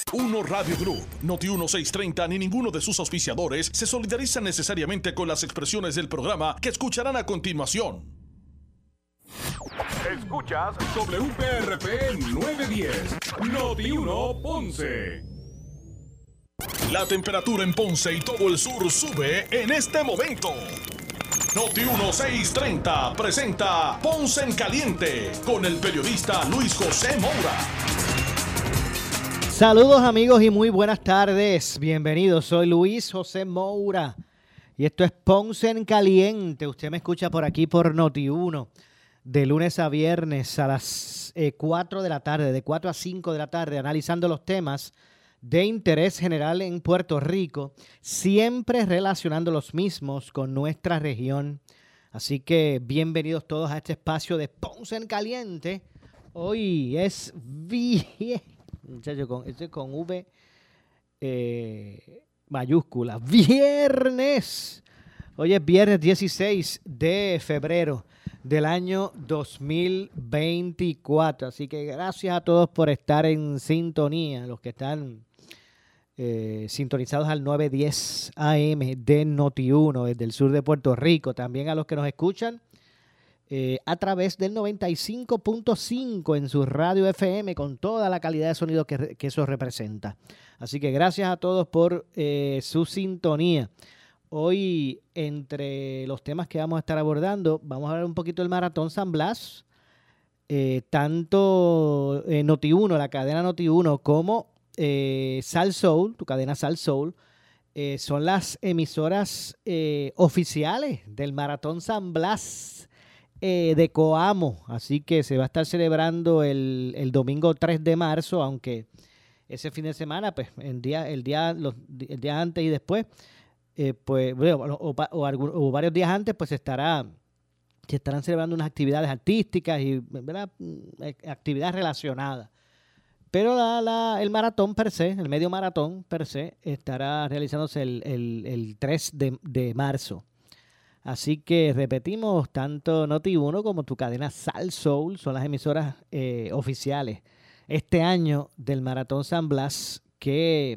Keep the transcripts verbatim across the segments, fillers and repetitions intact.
Uno Radio Group, Noti uno seiscientos treinta ni ninguno de sus auspiciadores se solidarizan necesariamente con las expresiones del programa que escucharán a continuación. Escuchas W P R P nueve diez, Noti uno Ponce. La temperatura en Ponce y todo el sur sube en este momento. Noti uno seiscientos treinta presenta Ponce en Caliente con el periodista Luis José Moura. Saludos amigos y muy buenas tardes. Bienvenidos, soy Luis José Moura y esto es Ponce en Caliente. Usted me escucha por aquí por Noti uno de lunes a viernes a las eh, cuatro de la tarde, de cuatro a cinco de la tarde, analizando los temas de interés general en Puerto Rico, siempre relacionando los mismos con nuestra región. Así que bienvenidos todos a este espacio de Ponce en Caliente. Hoy es viernes. Muchachos, con, esto es con V eh, mayúscula. Viernes. Hoy es viernes dieciséis de febrero del año dos mil veinticuatro. Así que gracias a todos por estar en sintonía. Los que están eh, sintonizados al nueve diez A M de Noti uno desde el sur de Puerto Rico. También a los que nos escuchan Eh, a través del noventa y cinco punto cinco en su radio F M con toda la calidad de sonido que, que eso representa. Así que gracias a todos por eh, su sintonía. Hoy, entre los temas que vamos a estar abordando, vamos a hablar un poquito del Maratón San Blas. Eh, tanto eh, Noti uno, la cadena Noti uno, como eh, Sal Soul, tu cadena Sal Soul, eh, son las emisoras eh, oficiales del Maratón San Blas Eh, de Coamo, así que se va a estar celebrando el, el domingo tres de marzo, aunque ese fin de semana, pues el día, el día, los, el día antes y después, eh, pues, bueno, o, o, algún, o varios días antes, pues se estará, se estarán celebrando unas actividades artísticas y, ¿verdad?, actividades relacionadas. Pero la, la, el maratón per se, el medio maratón per se, estará realizándose el, el, el tres de marzo. Así que repetimos, tanto Noti uno como tu cadena Sal Soul son las emisoras eh, oficiales este año del Maratón San Blas, que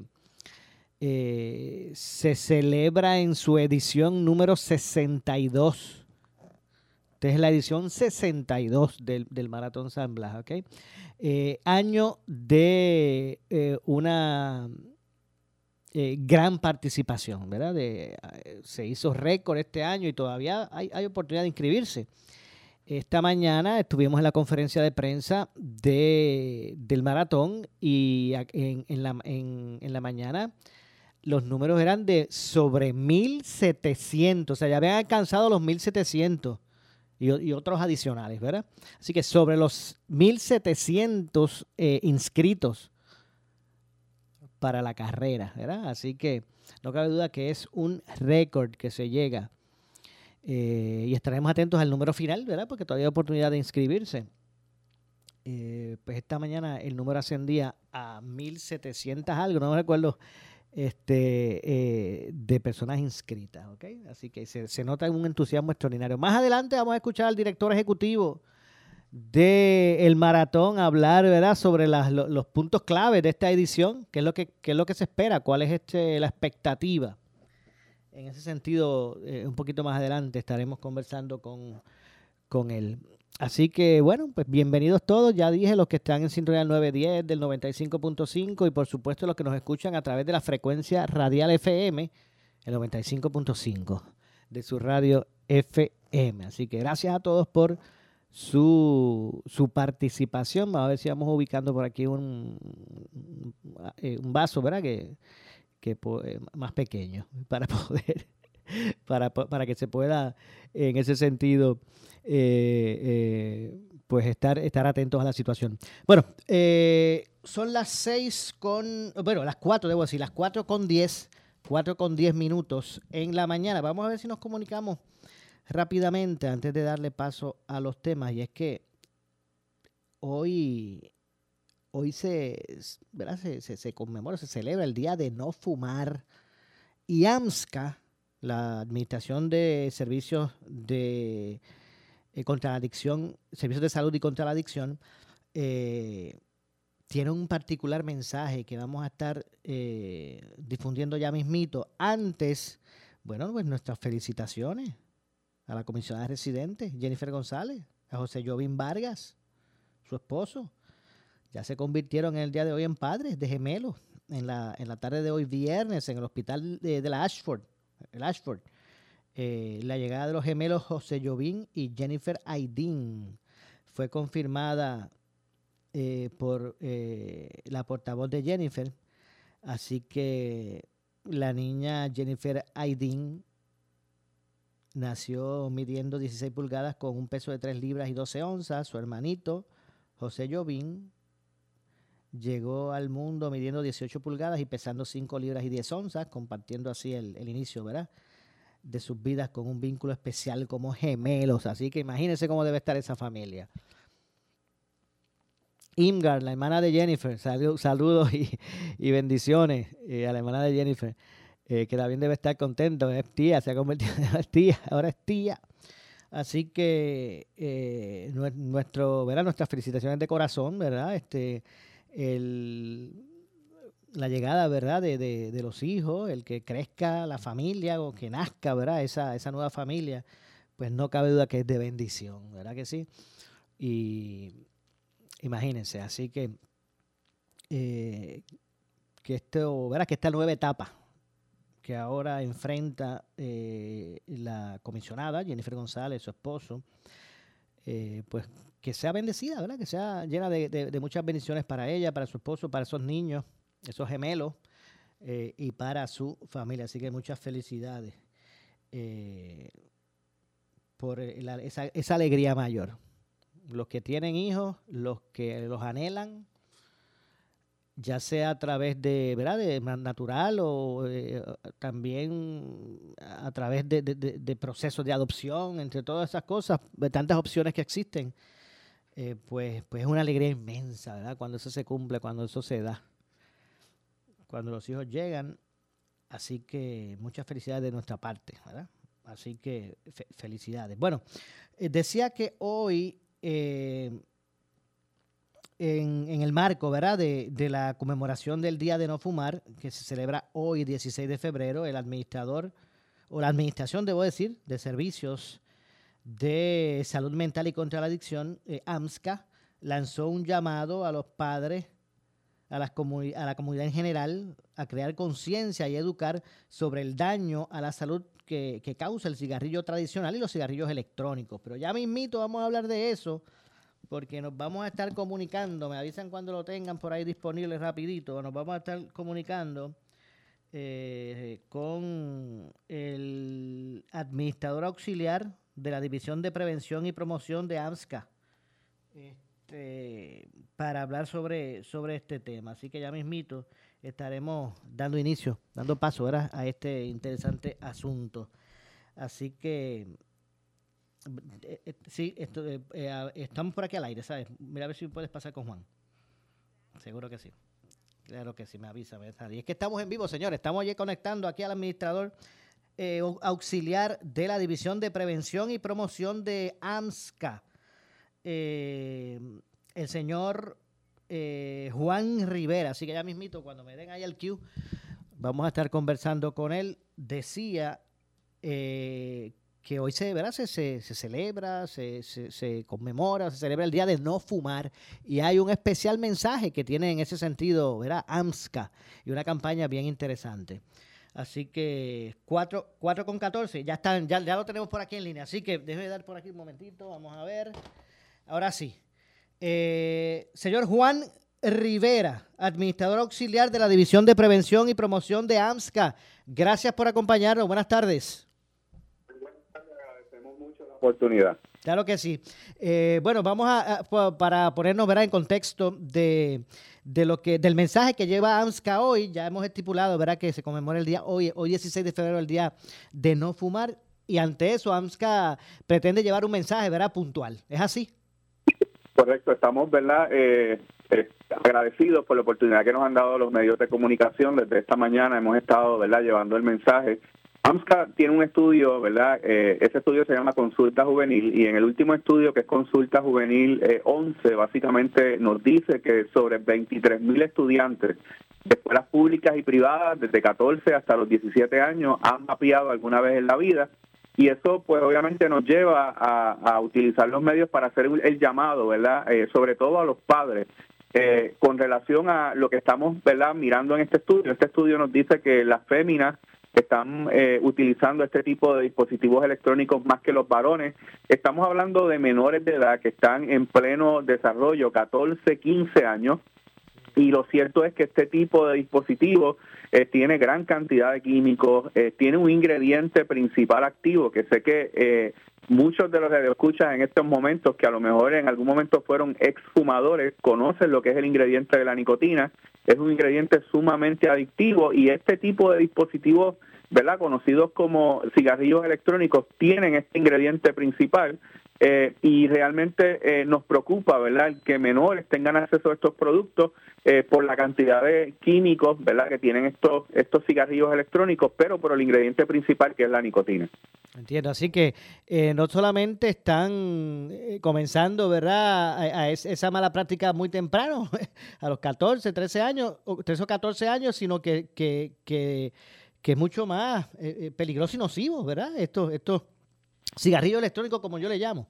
eh, se celebra en su edición número sesenta y dos. Esta es la edición sesenta y dos del, del Maratón San Blas, ¿ok? Eh, año de eh, una... Eh, gran participación, ¿verdad? De, eh, se hizo récord este año y todavía hay, hay oportunidad de inscribirse. Esta mañana estuvimos en la conferencia de prensa de, del maratón y en, en, la, en, en la mañana los números eran de sobre mil setecientos, o sea, ya habían alcanzado los mil setecientos y, y otros adicionales, ¿verdad? Así que sobre los mil setecientos eh, inscritos para la carrera, ¿verdad? Así que no cabe duda que es un récord que se llega. Eh, y estaremos atentos al número final, ¿verdad? Porque todavía hay oportunidad de inscribirse. Eh, pues esta mañana el número ascendía a mil setecientos algo, no me recuerdo, este, eh, de personas inscritas, ¿ok? Así que se, se nota un entusiasmo extraordinario. Más adelante vamos a escuchar al director ejecutivo del maratón hablar, ¿verdad?, sobre las, los, los puntos claves de esta edición, qué es lo que, qué es lo que se espera, cuál es este, la expectativa. En ese sentido, eh, un poquito más adelante estaremos conversando con, con él. Así que, bueno, pues bienvenidos todos. Ya dije, los que están en sintonía del nueve diez, del noventa y cinco punto cinco y por supuesto los que nos escuchan a través de la frecuencia radial F M, el noventa y cinco punto cinco de su radio F M. Así que gracias a todos por Su, su participación. Vamos a ver si vamos ubicando por aquí un, un vaso, ¿verdad? Que, que más pequeño para poder para, para que se pueda en ese sentido eh, eh, pues estar, estar atentos a la situación. Bueno, eh, son las seis con, bueno, las cuatro, debo decir, las cuatro con diez, cuatro con diez minutos en la mañana. Vamos a ver si nos comunicamos rápidamente antes de darle paso a los temas, y es que hoy, hoy se, ¿verdad? se, se, se conmemora, se celebra el Día de No Fumar, y AMSCA, la Administración de Servicios de eh, contra la Adicción, Servicios de Salud y contra la Adicción, eh, tiene un particular mensaje que vamos a estar eh, difundiendo ya mismito. Antes, bueno, pues nuestras felicitaciones a la comisionada residente, Jennifer González, a José Jovín Vargas, su esposo. Ya se convirtieron en el día de hoy en padres de gemelos, en la, en la tarde de hoy viernes, en el hospital de, de la Ashford, el Ashford. Eh, la llegada de los gemelos José Jovín y Jennifer Aydin fue confirmada eh, por eh, la portavoz de Jennifer. Así que la niña Jennifer Aydin nació midiendo dieciséis pulgadas con un peso de tres libras y doce onzas. Su hermanito, José Jovín, llegó al mundo midiendo dieciocho pulgadas y pesando cinco libras y diez onzas, compartiendo así el, el inicio, ¿verdad?, de sus vidas con un vínculo especial como gemelos. Así que imagínense cómo debe estar esa familia. Imgar, la hermana de Jennifer, salud, saludos y, y bendiciones eh, a la hermana de Jennifer, eh, que también debe estar contento. Es tía, se ha convertido en tía, ahora es tía. Así que eh, nuestro, ¿verdad?, nuestras felicitaciones de corazón, ¿verdad? Este, el, la llegada, ¿verdad?, de, de, de los hijos, el que crezca la familia o que nazca, ¿verdad?, esa, esa nueva familia, pues no cabe duda que es de bendición, ¿verdad que sí? Y imagínense, así que eh, que esto, ¿verdad?, que esta nueva etapa que ahora enfrenta eh, la comisionada Jennifer González, su esposo, eh, pues que sea bendecida, ¿verdad?, que sea llena de, de, de muchas bendiciones para ella, para su esposo, para esos niños, esos gemelos, eh, y para su familia. Así que muchas felicidades eh, por la, esa, esa alegría mayor. Los que tienen hijos, los que los anhelan, ya sea a través de, ¿verdad?, de natural o eh, también a través de, de, de, de procesos de adopción, entre todas esas cosas, de tantas opciones que existen, eh, pues, pues es una alegría inmensa, ¿verdad?, cuando eso se cumple, cuando eso se da, cuando los hijos llegan. Así que muchas felicidades de nuestra parte, ¿verdad? Así que fe- felicidades. Bueno, eh, decía que hoy eh, En, en el marco, ¿verdad?, de, de la conmemoración del Día de No Fumar, que se celebra hoy, dieciséis de febrero, el administrador, o la administración, debo decir, de servicios de salud mental y contra la adicción, eh, AMSCA, lanzó un llamado a los padres, a, las comuni- a la comunidad en general, a crear conciencia y educar sobre el daño a la salud que, que causa el cigarrillo tradicional y los cigarrillos electrónicos. Pero ya mismito vamos a hablar de eso, porque nos vamos a estar comunicando, me avisan cuando lo tengan por ahí disponible rapidito, nos vamos a estar comunicando eh, con el administrador auxiliar de la División de Prevención y Promoción de AMSCA, este, para hablar sobre, sobre este tema. Así que ya mismito estaremos dando inicio, dando paso, ¿verdad?, a este interesante asunto. Así que Eh, eh, sí, esto, eh, eh, estamos por aquí al aire, ¿sabes? Mira a ver si puedes pasar con Juan. Seguro que sí. Claro que sí, me avisa. Me avisa. Y es que estamos en vivo, señores. Estamos ya conectando aquí al administrador eh, auxiliar de la División de Prevención y Promoción de AMSCA, eh, el señor eh, Juan Rivera. Así que ya mismito, cuando me den ahí el cue, vamos a estar conversando con él. Decía eh, que hoy se, ¿verdad?, se, se, se celebra, se, se, se conmemora, se celebra el Día de No Fumar, y hay un especial mensaje que tiene en ese sentido, ¿verdad?, AMSCA, y una campaña bien interesante. Así que cuatro con catorce, ya están, ya, ya lo tenemos por aquí en línea, así que déjeme dar por aquí un momentito, vamos a ver. Ahora sí. Eh, señor Juan Rivera, administrador auxiliar de la División de Prevención y Promoción de AMSCA, gracias por acompañarnos, buenas tardes. Oportunidad. Claro que sí. Eh, bueno, vamos a, a para ponernos, ¿verdad?, en contexto de, de lo que del mensaje que lleva AMSCA hoy. Ya hemos estipulado, ¿verdad?, que se conmemora el día hoy, hoy dieciséis de febrero, el Día de No Fumar, y ante eso AMSCA pretende llevar un mensaje, ¿verdad?, puntual. ¿Es así? Correcto, estamos, ¿verdad?, eh, eh, agradecidos por la oportunidad que nos han dado los medios de comunicación. Desde esta mañana hemos estado, ¿verdad?, llevando el mensaje AMSCA tiene un estudio, ¿verdad? Eh, ese estudio se llama Consulta Juvenil y en el último estudio, que es Consulta Juvenil eh, once, básicamente nos dice que sobre veintitrés mil estudiantes de escuelas públicas y privadas desde catorce hasta los diecisiete años han mapeado alguna vez en la vida y eso pues obviamente nos lleva a, a utilizar los medios para hacer el llamado, ¿verdad? Eh, sobre todo a los padres. Eh, con relación a lo que estamos, ¿verdad?, mirando en este estudio, este estudio nos dice que las féminas están eh, utilizando este tipo de dispositivos electrónicos más que los varones. Estamos hablando de menores de edad que están en pleno desarrollo, catorce, quince años, y lo cierto es que este tipo de dispositivos eh, tiene gran cantidad de químicos, eh, tiene un ingrediente principal activo que sé que eh, muchos de los que escuchan en estos momentos, que a lo mejor en algún momento fueron exfumadores, conocen lo que es el ingrediente de la nicotina. Es un ingrediente sumamente adictivo y este tipo de dispositivos, ¿verdad?, conocidos como cigarrillos electrónicos, tienen este ingrediente principal. Eh, y realmente eh, nos preocupa, ¿verdad?, que menores tengan acceso a estos productos eh, por la cantidad de químicos, ¿verdad?, que tienen estos estos cigarrillos electrónicos, pero por el ingrediente principal que es la nicotina. Entiendo, así que eh, no solamente están eh, comenzando, ¿verdad?, a, a es, esa mala práctica muy temprano, a los catorce, trece años, o trece o catorce años, sino que, que, que, que es mucho más eh, peligroso y nocivo, ¿verdad?, estos, estos cigarrillos electrónicos, como yo le llamo.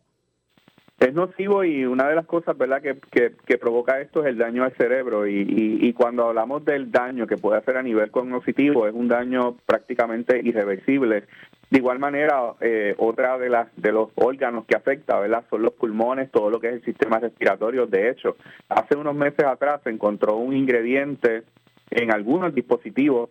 Es nocivo y una de las cosas, ¿verdad?, que, que, que provoca esto es el daño al cerebro y, y, y cuando hablamos del daño que puede hacer a nivel cognitivo es un daño prácticamente irreversible. De igual manera, eh, otra de las de los órganos que afecta, ¿verdad?, son los pulmones, todo lo que es el sistema respiratorio. De hecho, hace unos meses atrás se encontró un ingrediente en algunos dispositivos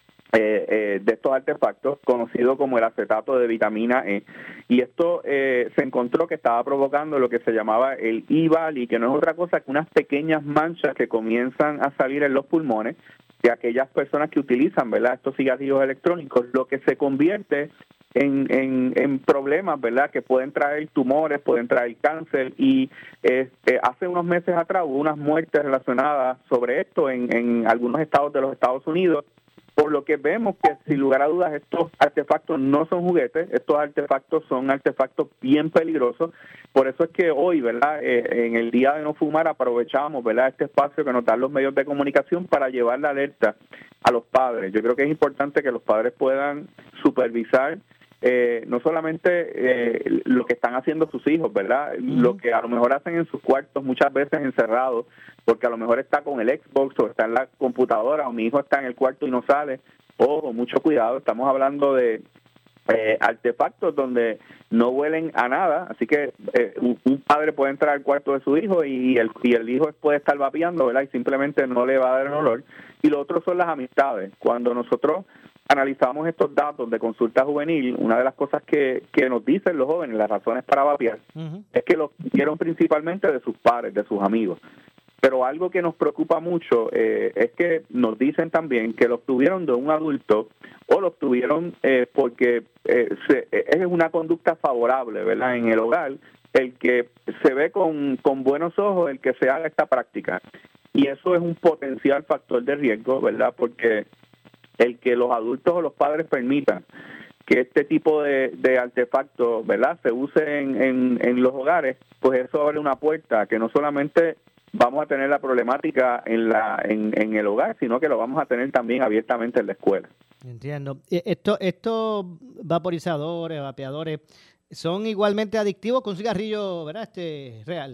Eh, eh, de estos artefactos conocido como el acetato de vitamina E y esto eh, se encontró que estaba provocando lo que se llamaba el E. valley, que no es otra cosa que unas pequeñas manchas que comienzan a salir en los pulmones de aquellas personas que utilizan, ¿verdad?, estos cigarrillos electrónicos, lo que se convierte en, en, en problemas, ¿verdad?, que pueden traer tumores, pueden traer cáncer y eh, eh, hace unos meses atrás hubo unas muertes relacionadas sobre esto en, en algunos estados de los Estados Unidos. Por lo que vemos que, sin lugar a dudas, estos artefactos no son juguetes, estos artefactos son artefactos bien peligrosos. Por eso es que hoy, ¿verdad?, eh, en el Día de No Fumar aprovechamos, ¿verdad?, este espacio que nos dan los medios de comunicación para llevar la alerta a los padres. Yo creo que es importante que los padres puedan supervisar Eh, no solamente eh, lo que están haciendo sus hijos, ¿verdad? Uh-huh. Lo que a lo mejor hacen en sus cuartos, muchas veces encerrados, porque a lo mejor está con el Xbox o está en la computadora, o mi hijo está en el cuarto y no sale. Ojo, mucho cuidado, estamos hablando de eh, artefactos donde no huelen a nada, así que eh, un, un padre puede entrar al cuarto de su hijo y el, y el hijo puede estar vapeando, ¿verdad? Y simplemente no le va a dar el olor. Y lo otro son las amistades. Cuando nosotros analizamos estos datos de consulta juvenil, una de las cosas que, que nos dicen los jóvenes, las razones para vapear, uh-huh, es que los vieron principalmente de sus padres, de sus amigos. Pero algo que nos preocupa mucho eh, es que nos dicen también que lo obtuvieron de un adulto o lo obtuvieron eh, porque eh, se, es una conducta favorable, ¿verdad?, en el hogar, el que se ve con, con buenos ojos el que se haga esta práctica. Y eso es un potencial factor de riesgo, ¿verdad?, porque el que los adultos o los padres permitan que este tipo de, de artefactos, ¿verdad?, se use en, en, en los hogares, pues eso abre una puerta que no solamente vamos a tener la problemática en la en, en el hogar, sino que lo vamos a tener también abiertamente en la escuela. Entiendo. Esto, estos vaporizadores, vapeadores, ¿son igualmente adictivos con cigarrillo, ¿verdad?, este real?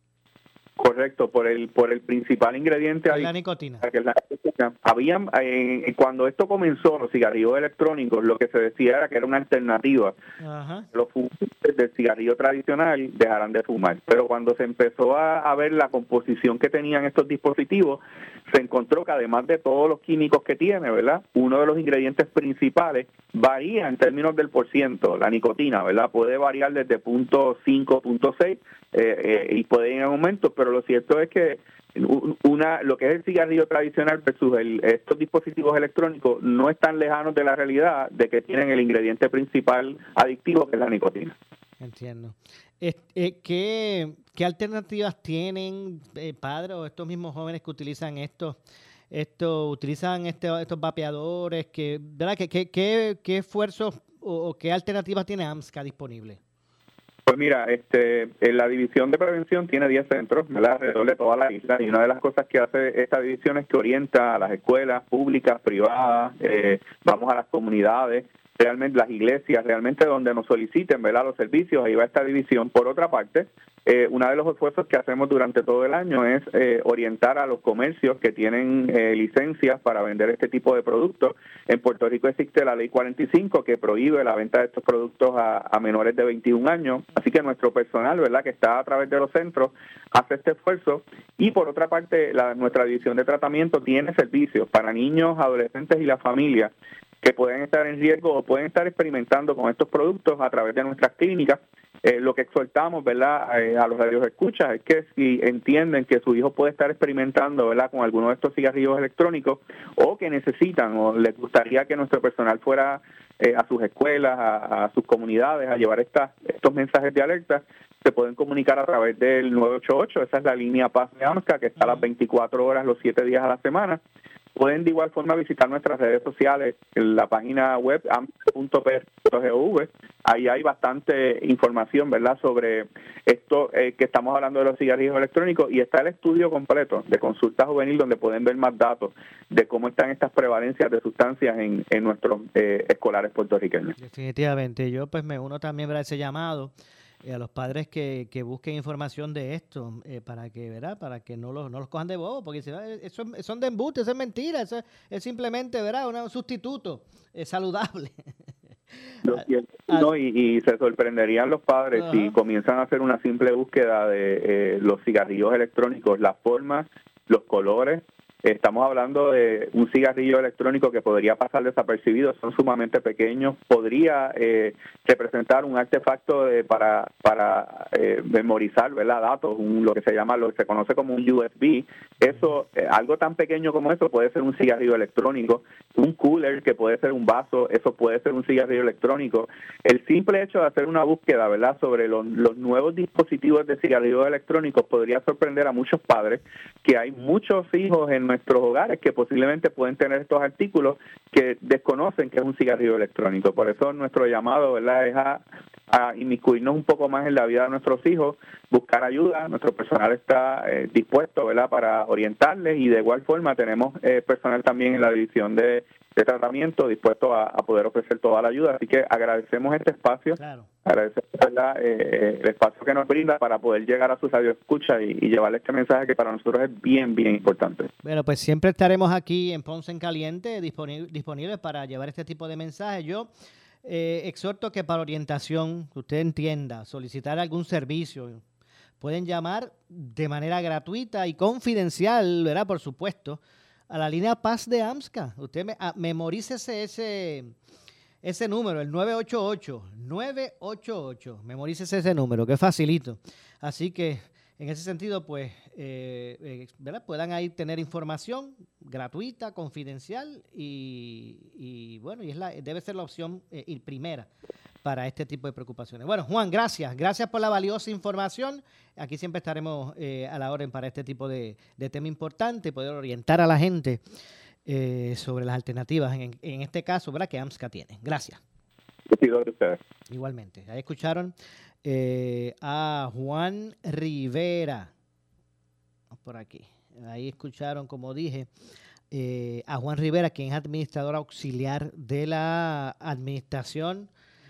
Correcto, por el por el principal ingrediente la nicotina. Que la, habían eh, cuando esto comenzó, los cigarrillos electrónicos, lo que se decía era que era una alternativa. Ajá. Los fumadores del cigarrillo tradicional dejarán de fumar, pero cuando se empezó a, a ver la composición que tenían estos dispositivos, se encontró que además de todos los químicos que tiene, ¿verdad?, uno de los ingredientes principales varía en términos del por ciento, la nicotina, ¿verdad?, puede variar desde punto cinco, punto seis eh, eh, y puede ir en aumento, pero lo cierto es que una lo que es el cigarrillo tradicional versus el, estos dispositivos electrónicos no están lejanos de la realidad de que tienen el ingrediente principal adictivo, que es la nicotina. Entiendo. Eh, ¿qué, ¿Qué alternativas tienen, eh, padres o estos mismos jóvenes que utilizan esto esto utilizan este, estos vapeadores, que, ¿verdad? ¿Qué, qué, qué, qué esfuerzos o, o qué alternativas tiene AMSCA disponible? Pues mira, este, en la división de prevención tiene diez centros, ¿verdad?, alrededor de toda la isla, y una de las cosas que hace esta división es que orienta a las escuelas públicas, privadas, eh, vamos a las comunidades, realmente las iglesias, realmente donde nos soliciten, ¿verdad?, los servicios, ahí va esta división. Por otra parte, eh, uno de los esfuerzos que hacemos durante todo el año es eh, orientar a los comercios que tienen eh, licencias para vender este tipo de productos. En Puerto Rico existe la ley cuarenta y cinco que prohíbe la venta de estos productos a, a menores de veintiún años, así que nuestro personal, ¿verdad?, que está a través de los centros, hace este esfuerzo. Y por otra parte, la, nuestra división de tratamiento tiene servicios para niños, adolescentes y la familia que pueden estar en riesgo o pueden estar experimentando con estos productos a través de nuestras clínicas. Eh, lo que exhortamos, ¿verdad?, eh, a los radioescuchas es que si entienden que su hijo puede estar experimentando, ¿verdad?, con alguno de estos cigarrillos electrónicos, o que necesitan o les gustaría que nuestro personal fuera eh, a sus escuelas, a, a sus comunidades, a llevar estas, estos mensajes de alerta, se pueden comunicar a través del nueve ocho ocho, esa es la línea Paz de AMSCA, que está a las veinticuatro horas, los siete días a la semana. Pueden de igual forma visitar nuestras redes sociales, en la página web amsca punto p r punto gov. Ahí hay bastante información, ¿verdad?, sobre esto eh, que estamos hablando de los cigarrillos electrónicos, y está el estudio completo de consulta juvenil donde pueden ver más datos de cómo están estas prevalencias de sustancias en, en nuestros eh, escolares puertorriqueños. Definitivamente. Yo pues me uno también, ¿verdad?, ese llamado eh, a los padres que, que busquen información de esto, eh, para que, ¿verdad?, para que no los, no los cojan de bobo, porque si, eso son de embuste, eso es mentira, eso es, es simplemente, ¿verdad?, un sustituto eh, saludable. No, y, no, y, y se sorprenderían los padres uh-huh. si comienzan a hacer una simple búsqueda de eh, los cigarrillos electrónicos, las formas, los colores. Estamos hablando de un cigarrillo electrónico que podría pasar desapercibido, son sumamente pequeños, podría eh, representar un artefacto de, para para eh, memorizar, ¿verdad?, datos, un, lo que se llama, lo que se conoce como un U S B. Eso, eh, algo tan pequeño como eso puede ser un cigarrillo electrónico, un cooler que puede ser un vaso, eso puede ser un cigarrillo electrónico. El simple hecho de hacer una búsqueda, ¿verdad?, sobre los, los nuevos dispositivos de cigarrillos electrónicos podría sorprender a muchos padres, que hay muchos hijos en nuestros hogares que posiblemente pueden tener estos artículos que desconocen que es un cigarrillo electrónico. Por eso nuestro llamado, ¿verdad?, es a, a inmiscuirnos un poco más en la vida de nuestros hijos, buscar ayuda. Nuestro personal está eh, dispuesto, ¿verdad?, para orientarles, y de igual forma tenemos eh, personal también en la división de, de tratamiento dispuesto a, a poder ofrecer toda la ayuda. Así que agradecemos este espacio. Claro. Agradecemos, ¿verdad?, eh, el espacio que nos brinda para poder llegar a sus radioescuchas y, y llevarle este mensaje que para nosotros es bien, bien importante. Bueno, pues siempre estaremos aquí en Ponce en Caliente disponibles disponibles para llevar este tipo de mensajes. Yo eh, exhorto que para orientación, que usted entienda, solicitar algún servicio, pueden llamar de manera gratuita y confidencial, ¿verdad?, por supuesto, a la línea Paz de AMSCA. Usted me, a, memorícese ese... Ese número, el nueve ocho ocho, nueve ocho ocho, memorícese ese número, que es facilito. Así que, en ese sentido, pues, eh, eh, ¿verdad?, puedan ahí tener información gratuita, confidencial, y, y bueno, y es la, debe ser la opción eh, primera para este tipo de preocupaciones. Bueno, Juan, gracias. Gracias por la valiosa información. Aquí siempre estaremos eh, a la orden para este tipo de, de tema importante, poder orientar a la gente Eh, sobre las alternativas, en, en este caso, ¿verdad?, que AMSCA tiene. Gracias. Igualmente. Ahí escucharon eh, a Juan Rivera. Vamos por aquí. Ahí escucharon, como dije, eh, a Juan Rivera, quien es administrador auxiliar de la administración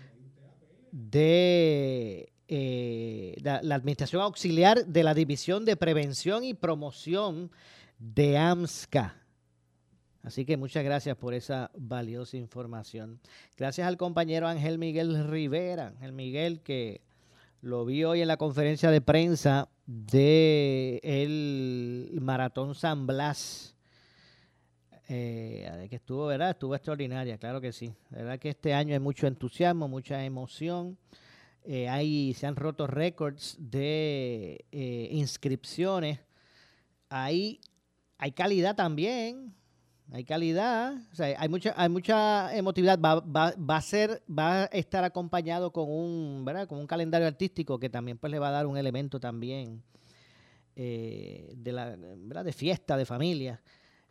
de eh, la, la administración auxiliar de la División de Prevención y Promoción de AMSCA. Así que muchas gracias por esa valiosa información. Gracias al compañero Ángel Miguel Rivera. Ángel Miguel, que lo vi hoy en la conferencia de prensa de el Maratón San Blas. Eh, que estuvo, ¿verdad? Estuvo extraordinaria, claro que sí. La verdad que este año hay mucho entusiasmo, mucha emoción. Eh, hay, se han roto récords de eh, inscripciones. Hay, hay calidad también. Hay calidad, o sea, hay mucha, hay mucha emotividad. Va, va, va a ser, va a estar acompañado con un, ¿verdad?, con un calendario artístico que también pues le va a dar un elemento también eh, de la, ¿verdad?, de fiesta, de familia.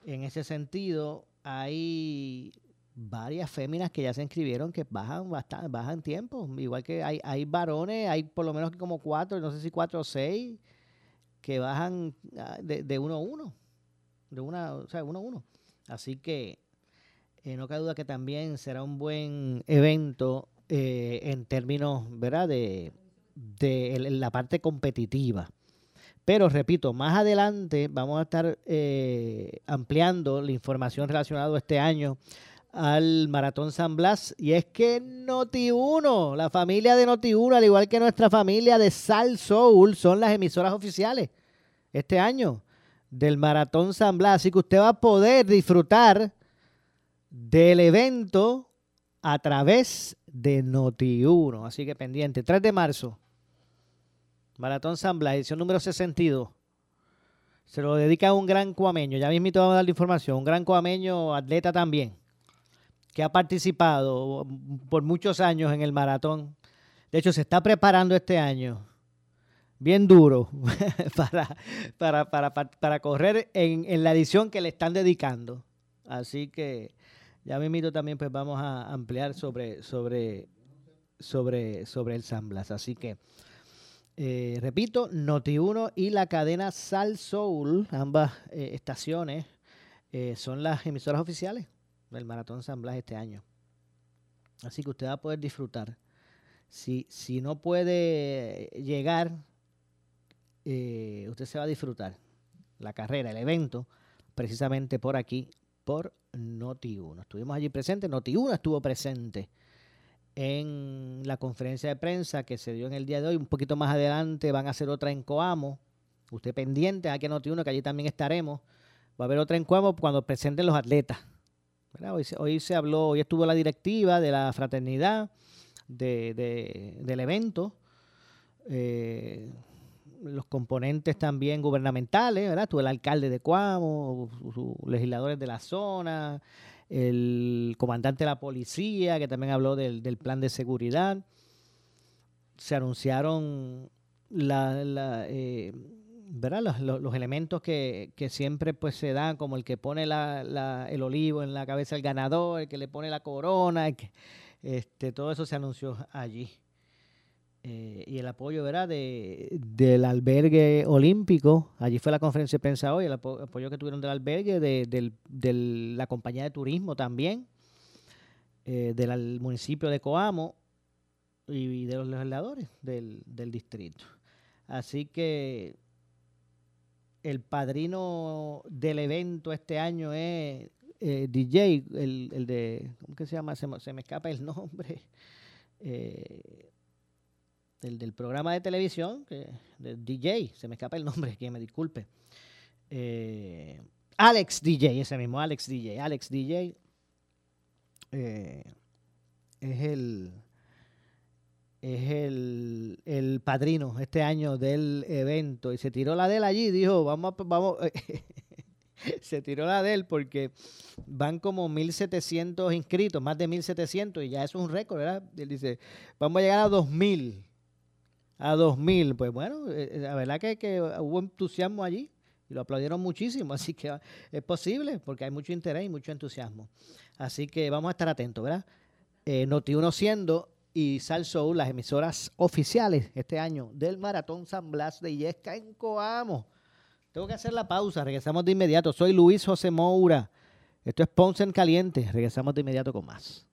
en ese sentido, hay varias féminas que ya se inscribieron que bajan bastante, bajan tiempo. Igual que hay, hay varones, hay por lo menos como cuatro, no sé si cuatro o seis, que bajan de, de uno a uno. De una, o sea, uno a uno. Así que eh, no cabe duda que también será un buen evento eh, en términos, ¿verdad?, de, de la parte competitiva. Pero, repito, más adelante vamos a estar eh, ampliando la información relacionada este año al Maratón San Blas. Y es que Noti uno, la familia de Noti uno, al igual que nuestra familia de Sal Soul, son las emisoras oficiales este año del Maratón San Blas. Así que usted va a poder disfrutar del evento a través de Noti uno. Así que pendiente, tres de marzo. Maratón San Blas, edición número sesenta y dos. Se lo dedica a un gran cuameño. Ya mismo te vamos a dar la información. Un gran cuameño, atleta también, que ha participado por muchos años en el maratón. De hecho, se está preparando este año bien duro para, para, para, para, para correr en, en la edición que le están dedicando. Así que ya mismo también pues vamos a ampliar sobre, sobre, sobre, sobre el San Blas. Así que Eh, repito, Noti uno y la cadena Sal Soul, ambas eh, estaciones, eh, son las emisoras oficiales del Maratón San Blas este año. Así que usted va a poder disfrutar. Si, si no puede llegar, eh, usted se va a disfrutar la carrera, el evento, precisamente por aquí, por Noti uno. Estuvimos allí presentes, Noti uno estuvo presente en la conferencia de prensa que se dio en el día de hoy. Un poquito más adelante van a hacer otra en Coamo. Usted pendiente, aquí en Noti uno, que allí también estaremos. Va a haber otra en Coamo cuando presenten los atletas. ¿Verdad? Hoy, se, hoy se habló, hoy estuvo la directiva de la fraternidad de, de, del evento. Eh, los componentes también gubernamentales, ¿verdad? Estuvo el alcalde de Coamo, sus legisladores de la zona, el comandante de la policía, que también habló del, del plan de seguridad. Se anunciaron la, la, eh, ¿verdad? Los, los, los elementos que, que siempre pues se dan, como el que pone la, la, el olivo en la cabeza del ganador, el que le pone la corona, el que, este, todo eso se anunció allí. Eh, y el apoyo, ¿verdad?, de, del albergue olímpico. Allí fue la conferencia de prensa hoy, el apo- apoyo que tuvieron del albergue, de, de, de la compañía de turismo también, eh, del municipio de Coamo y, y de los legisladores del, del distrito. Así que el padrino del evento este año es eh, D J, el, el de, ¿cómo que se llama? Se, se me escapa el nombre. Eh, Del, del programa de televisión, que, de D J, se me escapa el nombre, que me disculpe. Eh, Alex D J, ese mismo, Alex D J. Alex D J eh, es el es el, el padrino este año del evento. Y se tiró la de él allí, dijo, vamos, vamos, se tiró la de él porque van como mil setecientos inscritos, más de mil setecientos, y ya eso es un récord, ¿verdad? Él dice, vamos a llegar a dos mil. A dos mil, pues bueno, eh, la verdad que, que hubo entusiasmo allí y lo aplaudieron muchísimo, así que es posible porque hay mucho interés y mucho entusiasmo. Así que vamos a estar atentos, ¿verdad? Eh, Noti uno siendo y Sal Soul, las emisoras oficiales este año del Maratón San Blas de Illesca en Coamo. Tengo que hacer la pausa, regresamos de inmediato. Soy Luis José Moura. Esto es Ponce en Caliente. Regresamos de inmediato con más.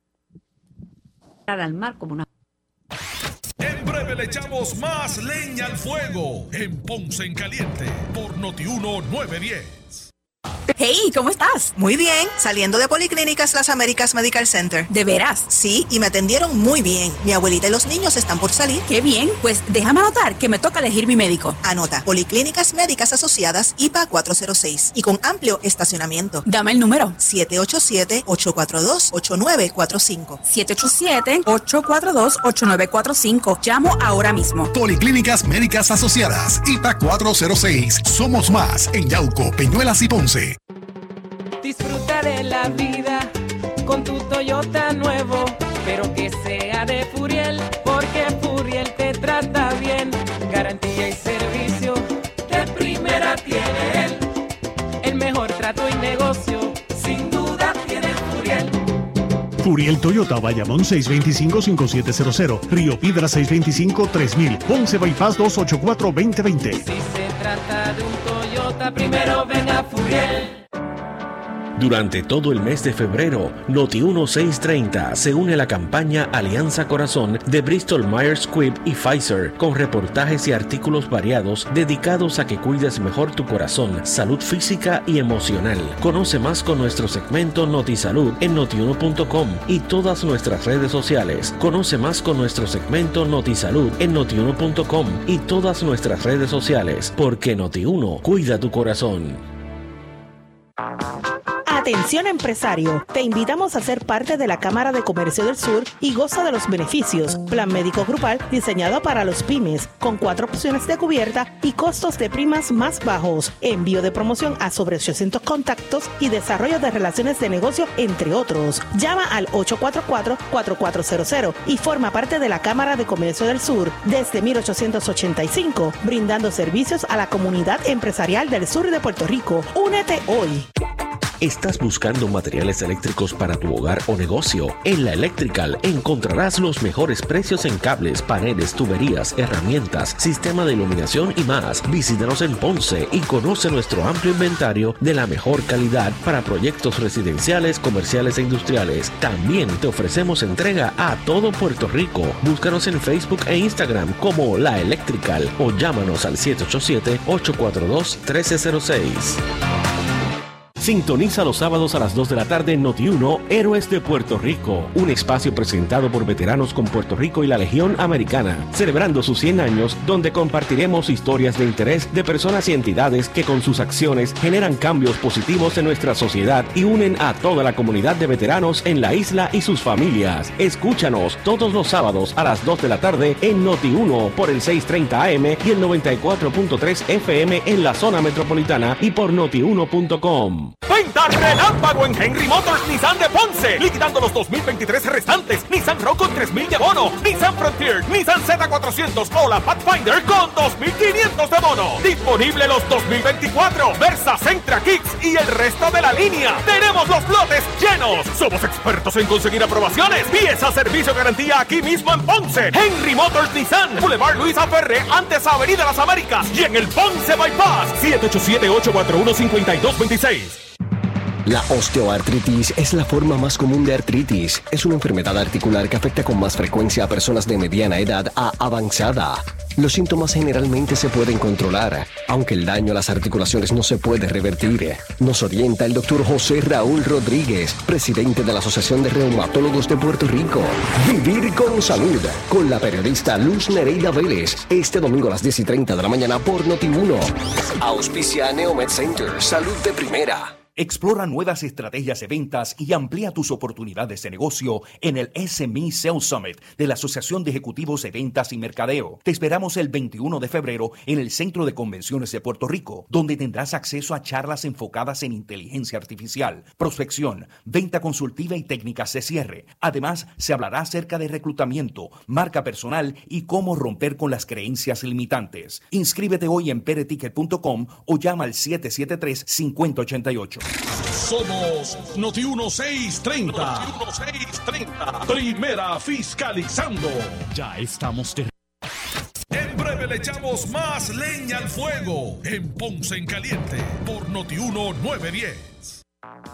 Al mar como una... En breve le echamos más leña al fuego en Ponce en Caliente por Noti uno nueve diez. Hey, ¿cómo estás? Muy bien, saliendo de Policlínicas Las Américas Medical Center. ¿De veras? Sí, y me atendieron muy bien. Mi abuelita y los niños están por salir. ¡Qué bien! Pues déjame anotar que me toca elegir mi médico. Anota, Policlínicas Médicas Asociadas I P A cuatrocientos seis y con amplio estacionamiento. Dame el número. siete ocho siete, ocho cuatro dos, ocho nueve cuatro cinco. siete ocho siete, ocho cuatro dos, ocho nueve cuatro cinco. Llamo ahora mismo. Policlínicas Médicas Asociadas I P A cuatrocientos seis. Somos más en Yauco, Peñuelas y Ponce. Disfruta de la vida con tu Toyota nuevo, pero que sea de Furiel, porque Furiel te trata bien. Garantía y servicio de primera tiene él, el mejor trato y Furiel Toyota, Bayamón seis dos cinco, cinco siete cero cero, Río Piedra seis dos cinco, tres mil, Ponce Bypass dos ocho cuatro, dos cero dos cero. Si se trata de un Toyota, primero ven a Furiel. Durante todo el mes de febrero, Noti uno seiscientos treinta se une a la campaña Alianza Corazón de Bristol Myers Squibb y Pfizer, con reportajes y artículos variados dedicados a que cuides mejor tu corazón, salud física y emocional. Conoce más con nuestro segmento NotiSalud en noti uno punto com y todas nuestras redes sociales. Conoce más con nuestro segmento NotiSalud en noti uno punto com y todas nuestras redes sociales, porque Noti uno cuida tu corazón. Atención empresario, te invitamos a ser parte de la Cámara de Comercio del Sur y goza de los beneficios. Plan médico grupal diseñado para los pymes, con cuatro opciones de cubierta y costos de primas más bajos. Envío de promoción a sobre ochocientos contactos y desarrollo de relaciones de negocio, entre otros. Llama al ocho cuatro cuatro, cuatro cuatro cero cero y forma parte de la Cámara de Comercio del Sur desde mil ochocientos ochenta y cinco, brindando servicios a la comunidad empresarial del sur de Puerto Rico. Únete hoy. ¿Estás buscando materiales eléctricos para tu hogar o negocio? En La Electrical encontrarás los mejores precios en cables, paneles, tuberías, herramientas, sistema de iluminación y más. Visítanos en Ponce y conoce nuestro amplio inventario de la mejor calidad para proyectos residenciales, comerciales e industriales. También te ofrecemos entrega a todo Puerto Rico. Búscanos en Facebook e Instagram como La Electrical o llámanos al siete ocho siete, ocho cuatro dos, uno tres cero seis. Sintoniza los sábados a las dos de la tarde en Noti uno, Héroes de Puerto Rico, un espacio presentado por veteranos con Puerto Rico y la Legión Americana, celebrando sus cien años, donde compartiremos historias de interés de personas y entidades que con sus acciones generan cambios positivos en nuestra sociedad y unen a toda la comunidad de veteranos en la isla y sus familias. Escúchanos todos los sábados a las dos de la tarde en Noti uno por el seiscientos treinta A M y el noventa y cuatro punto tres F M en la zona metropolitana y por noti uno punto com. Venta relámpago en Henry Motors Nissan de Ponce, liquidando los dos mil veintitrés restantes. Nissan Rogue con tres mil de bono, Nissan Frontier, Nissan Z cuatrocientos o la Pathfinder con dos mil quinientos de bono. Disponible los dos mil veinticuatro, Versa, Sentra, Kicks y el resto de la línea. Tenemos los lotes llenos. Somos expertos en conseguir aprobaciones. Pieza, servicio, garantía aquí mismo en Ponce. Henry Motors Nissan, Boulevard Luisa Ferré, antes Avenida Las Américas y en el Ponce Bypass. siete ocho siete, ocho cuatro uno, cinco dos dos seis. La osteoartritis es la forma más común de artritis. Es una enfermedad articular que afecta con más frecuencia a personas de mediana edad a avanzada. Los síntomas generalmente se pueden controlar, aunque el daño a las articulaciones no se puede revertir. Nos orienta el doctor José Raúl Rodríguez, presidente de la Asociación de Reumatólogos de Puerto Rico. Vivir con salud, con la periodista Luz Nereida Vélez, este domingo a las diez y treinta de la mañana por Noti uno. Auspicia Neomed Center, salud de primera. Explora nuevas estrategias de ventas y amplía tus oportunidades de negocio en el S M E Sales Summit de la Asociación de Ejecutivos de Ventas y Mercadeo. Te esperamos el veintiuno de febrero en el Centro de Convenciones de Puerto Rico, donde tendrás acceso a charlas enfocadas en inteligencia artificial, prospección, venta consultiva y técnicas de cierre. Además, se hablará acerca de reclutamiento, marca personal y cómo romper con las creencias limitantes. Inscríbete hoy en pere ticket punto com o llama al siete siete tres, cinco cero ocho ocho. Somos Noti uno seiscientos treinta. Noti uno seiscientos treinta. Primera fiscalizando. Ya estamos de... En breve le echamos más leña al fuego en Ponce en Caliente por Noti uno nueve diez.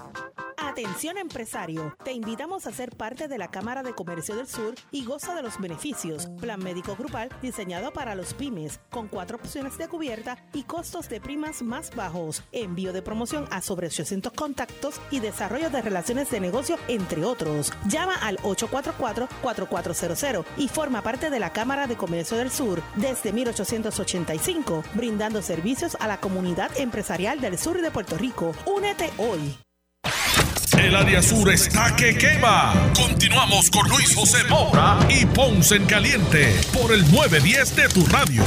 Atención empresario, te invitamos a ser parte de la Cámara de Comercio del Sur y goza de los beneficios. Plan médico grupal diseñado para los pymes, con cuatro opciones de cubierta y costos de primas más bajos. Envío de promoción a sobre ochocientos contactos y desarrollo de relaciones de negocio, entre otros. Llama al ocho cuatro cuatro, cuatro cuatro cero cero y forma parte de la Cámara de Comercio del Sur desde mil ochocientos ochenta y cinco, brindando servicios a la comunidad empresarial del sur de Puerto Rico. Únete hoy. El área sur está que quema. Continuamos con Luis José Moura y Ponce en Caliente por el nueve diez de tu radio.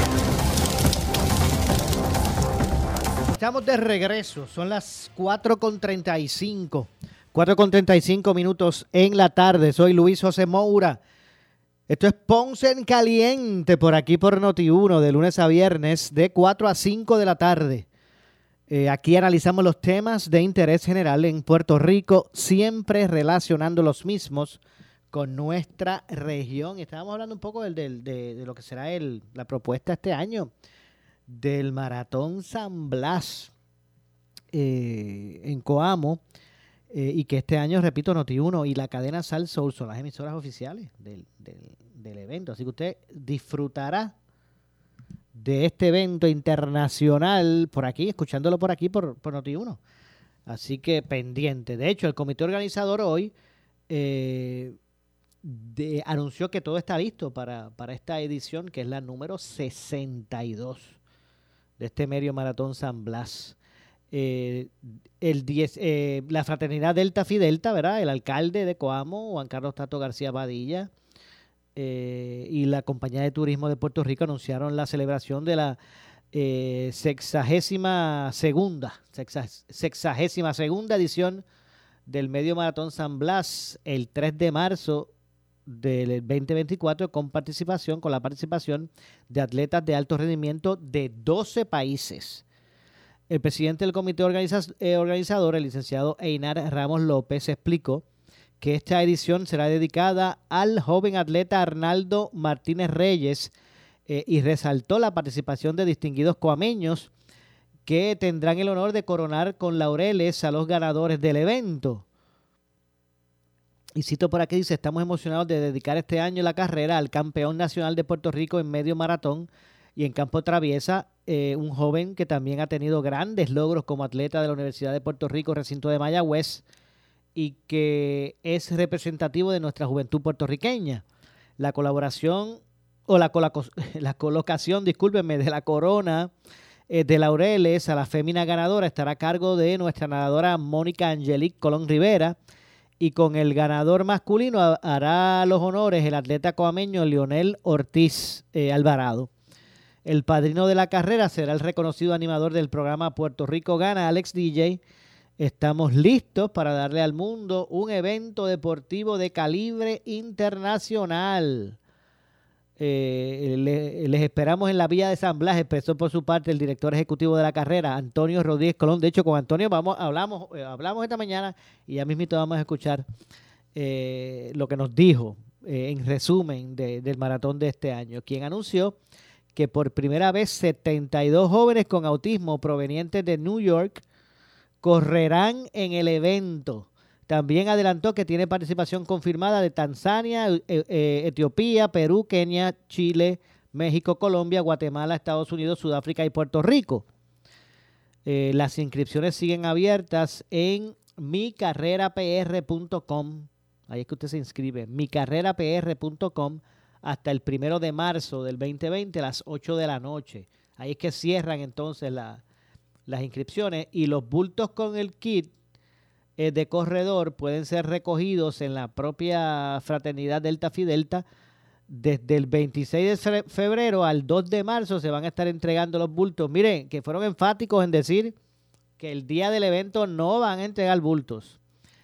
Estamos de regreso. Son las cuatro con treinta y cinco. cuatro con treinta y cinco minutos en la tarde. Soy Luis José Moura. Esto es Ponce en Caliente por aquí por Noti uno de lunes a viernes de cuatro a cinco de la tarde. Eh, aquí analizamos los temas de interés general en Puerto Rico, siempre relacionando los mismos con nuestra región. Estábamos hablando un poco del, del, de, de lo que será el, la propuesta este año del Maratón San Blas eh, en Coamo, eh, y que este año, repito, Noti uno y la cadena Sal Soul son las emisoras oficiales del, del, del evento. Así que usted disfrutará de este evento internacional por aquí, escuchándolo por aquí por, por Noti uno. Así que pendiente. De hecho, el comité organizador hoy eh, de, anunció que todo está listo para, para esta edición, que es la número sesenta y dos de este medio Maratón San Blas. Eh, el diez, eh, la fraternidad Delta Phi Delta, ¿verdad? El alcalde de Coamo, Juan Carlos Tato García Padilla, Eh, y la Compañía de Turismo de Puerto Rico anunciaron la celebración de la eh, sexagésima segunda, sexa, sexagésima segunda edición del Medio Maratón San Blas el tres de marzo del veinte veinticuatro con participación, con la participación de atletas de alto rendimiento de doce países. El presidente del comité organiza, eh, organizador, el licenciado Einar Ramos López, explicó que esta edición será dedicada al joven atleta Arnaldo Martínez Reyes eh, y resaltó la participación de distinguidos coameños que tendrán el honor de coronar con laureles a los ganadores del evento. Y cito por aquí, dice, estamos emocionados de dedicar este año la carrera al campeón nacional de Puerto Rico en medio maratón y en campo traviesa, eh, un joven que también ha tenido grandes logros como atleta de la Universidad de Puerto Rico, recinto de Mayagüez, y que es representativo de nuestra juventud puertorriqueña. La colaboración o la, colaco- la colocación, discúlpenme, de la corona eh, de laureles a la fémina ganadora estará a cargo de nuestra nadadora Mónica Angelique Colón Rivera, y con el ganador masculino ha- hará los honores el atleta coameño Leonel Ortiz eh, Alvarado. El padrino de la carrera será el reconocido animador del programa Puerto Rico Gana, Alex D J. Estamos listos para darle al mundo un evento deportivo de calibre internacional. Eh, le, les esperamos en la Villa de San Blas, expresó por su parte el director ejecutivo de la carrera, Antonio Rodríguez Colón. De hecho, con Antonio vamos, hablamos, eh, hablamos esta mañana y ya mismito vamos a escuchar eh, lo que nos dijo eh, en resumen de, del maratón de este año, quien anunció que por primera vez setenta y dos jóvenes con autismo provenientes de New York correrán en el evento. También adelantó que tiene participación confirmada de Tanzania, eh, eh, Etiopía, Perú, Kenia, Chile, México, Colombia, Guatemala, Estados Unidos, Sudáfrica y Puerto Rico. Eh, las inscripciones siguen abiertas en mi carrera p r punto com. Ahí es que usted se inscribe, mi carrera p r punto com, hasta el primero de marzo del veinte veinte a las ocho de la noche. Ahí es que cierran entonces la las inscripciones, y los bultos con el kit eh, de corredor pueden ser recogidos en la propia fraternidad Delta Phi Delta. Desde el veintiséis de febrero al dos de marzo se van a estar entregando los bultos. Miren, que fueron enfáticos en decir que el día del evento no van a entregar bultos.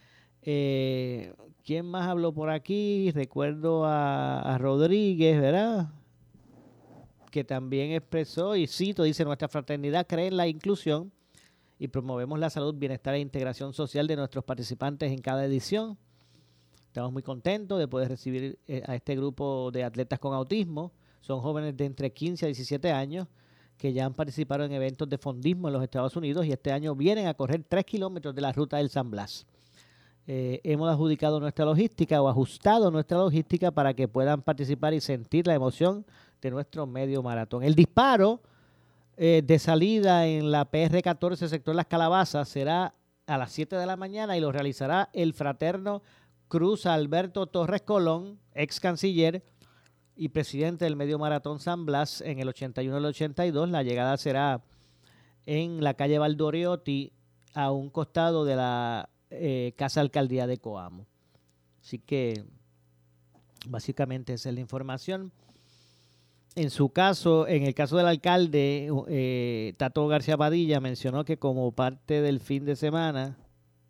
Eh, ¿Quién más habló por aquí? Recuerdo a, a Rodríguez, ¿verdad?, que también expresó, y cito, dice, nuestra fraternidad cree en la inclusión y promovemos la salud, bienestar e integración social de nuestros participantes en cada edición. Estamos muy contentos de poder recibir eh, a este grupo de atletas con autismo. Son jóvenes de entre quince a diecisiete años que ya han participado en eventos de fondismo en los Estados Unidos y este año vienen a correr tres kilómetros de la ruta del San Blas. Eh, hemos adjudicado nuestra logística o ajustado nuestra logística para que puedan participar y sentir la emoción de nuestro medio maratón. El disparo eh, de salida en la P R catorce, sector Las Calabazas, será a las siete de la mañana y lo realizará el fraterno Cruz Alberto Torres Colón, ex canciller y presidente del Medio Maratón San Blas en el ochenta y uno y el ochenta y dos. La llegada será en la calle Valdoriotti, a un costado de la eh, Casa Alcaldía de Coamo. Así que básicamente esa es la información. En su caso, en el caso del alcalde, eh, Tato García Padilla mencionó que como parte del fin de semana,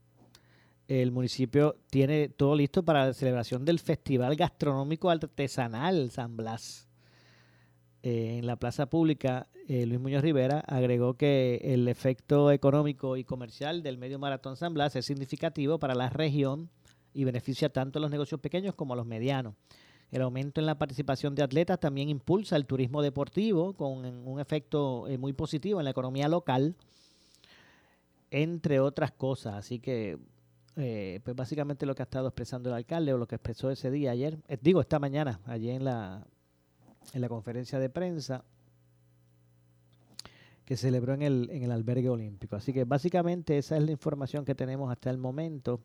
el municipio tiene todo listo para la celebración del Festival Gastronómico Artesanal San Blas. eh, en la plaza pública, eh, Luis Muñoz Rivera agregó que el efecto económico y comercial del Medio Maratón San Blas es significativo para la región y beneficia tanto a los negocios pequeños como a los medianos. El aumento en la participación de atletas también impulsa el turismo deportivo con un efecto eh, muy positivo en la economía local, entre otras cosas. Así que, eh, pues básicamente lo que ha estado expresando el alcalde o lo que expresó ese día ayer, eh, digo esta mañana, ayer en la, en la conferencia de prensa que celebró en el, en el albergue olímpico. Así que básicamente esa es la información que tenemos hasta el momento.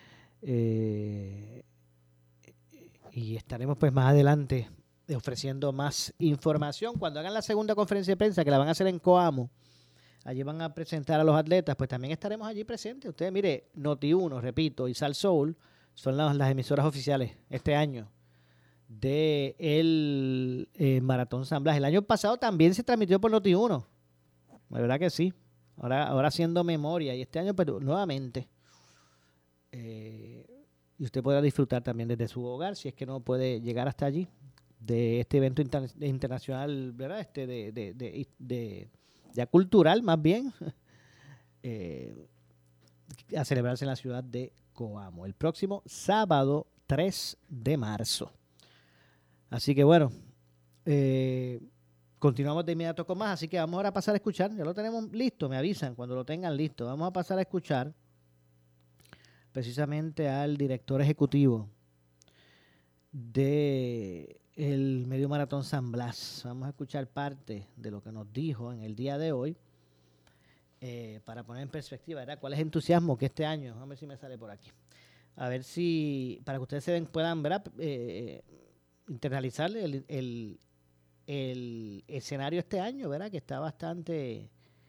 Eh, y estaremos pues más adelante ofreciendo más información cuando hagan la segunda conferencia de prensa, que la van a hacer en Coamo. Allí van a presentar a los atletas, pues también estaremos allí presentes. Ustedes, mire, Noti uno, repito, y Sal Soul son las, las emisoras oficiales este año de el eh, Maratón San Blas. El año pasado también se transmitió por Noti uno. La verdad que sí. Ahora, ahora haciendo memoria. Y este año, pero nuevamente. Eh, y usted podrá disfrutar también desde su hogar, si es que no puede llegar hasta allí, de este evento inter- internacional, ¿verdad? Este de, de, de, de ya cultural más bien, eh, a celebrarse en la ciudad de Coamo, el próximo sábado tres de marzo. Así que bueno, eh, continuamos de inmediato con más, así que vamos ahora a pasar a escuchar, ya lo tenemos listo, me avisan cuando lo tengan listo, vamos a pasar a escuchar precisamente al director ejecutivo de el Medio Maratón San Blas. Vamos a escuchar parte de lo que nos dijo en el día de hoy eh, para poner en perspectiva, ¿verdad? ¿Cuál es el entusiasmo que este año? A ver si me sale por aquí. A ver si, para que ustedes se ven, puedan, ¿verdad? Eh, internalizar el, el, el escenario este año, ¿verdad? Que está bastante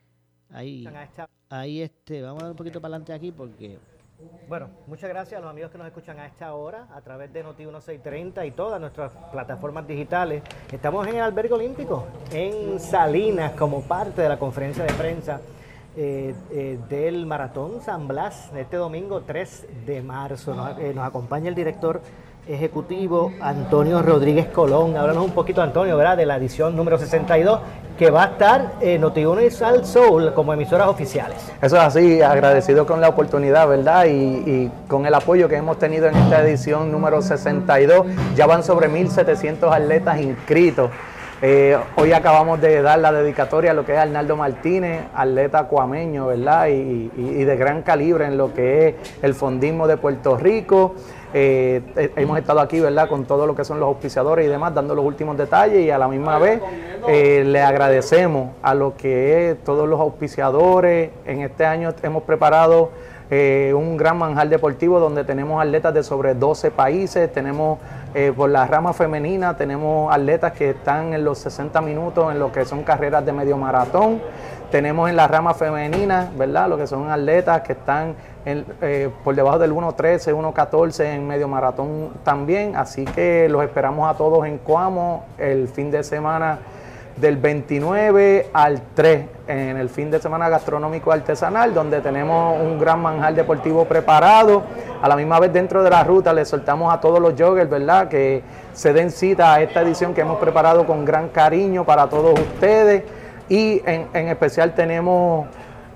ahí. Ahí este, vamos a dar un poquito para adelante aquí porque... Bueno, muchas gracias a los amigos que nos escuchan a esta hora a través de Noti dieciséis treinta y todas nuestras plataformas digitales. Estamos en el albergue olímpico en Salinas como parte de la conferencia de prensa eh, eh, del Maratón San Blas este domingo tres de marzo. Nos, eh, nos acompaña el director ejecutivo Antonio Rodríguez Colón. Háblanos un poquito, Antonio, ¿verdad?, de la edición número sesenta y dos, que va a estar en eh, Noti uno y Sal Soul como emisoras oficiales. Eso es así, agradecido con la oportunidad, ¿verdad? Y, y con el apoyo que hemos tenido en esta edición número sesenta y dos. Ya van sobre mil setecientos atletas inscritos. Eh, hoy acabamos de dar la dedicatoria a lo que es Arnaldo Martínez, atleta cuameño, ¿verdad? Y, y, y de gran calibre en lo que es el fondismo de Puerto Rico. Eh, eh, hemos estado aquí, ¿verdad?, con todo lo que son los auspiciadores y demás, dando los últimos detalles, y a la misma vez eh, le agradecemos a lo que es todos los auspiciadores. En este año hemos preparado eh, un gran manjar deportivo donde tenemos atletas de sobre doce países. Tenemos eh, por la rama femenina, tenemos atletas que están en los sesenta minutos en lo que son carreras de medio maratón. Tenemos en la rama femenina, ¿verdad?, lo que son atletas que están en, eh, por debajo del uno trece, uno catorce en medio maratón también. Así que los esperamos a todos en Coamo el fin de semana del veintinueve al tres, en el fin de semana gastronómico artesanal, donde tenemos un gran manjar deportivo preparado. A la misma vez, dentro de la ruta, les soltamos a todos los joggers, ¿verdad?, que se den cita a esta edición que hemos preparado con gran cariño para todos ustedes. Y en, en especial tenemos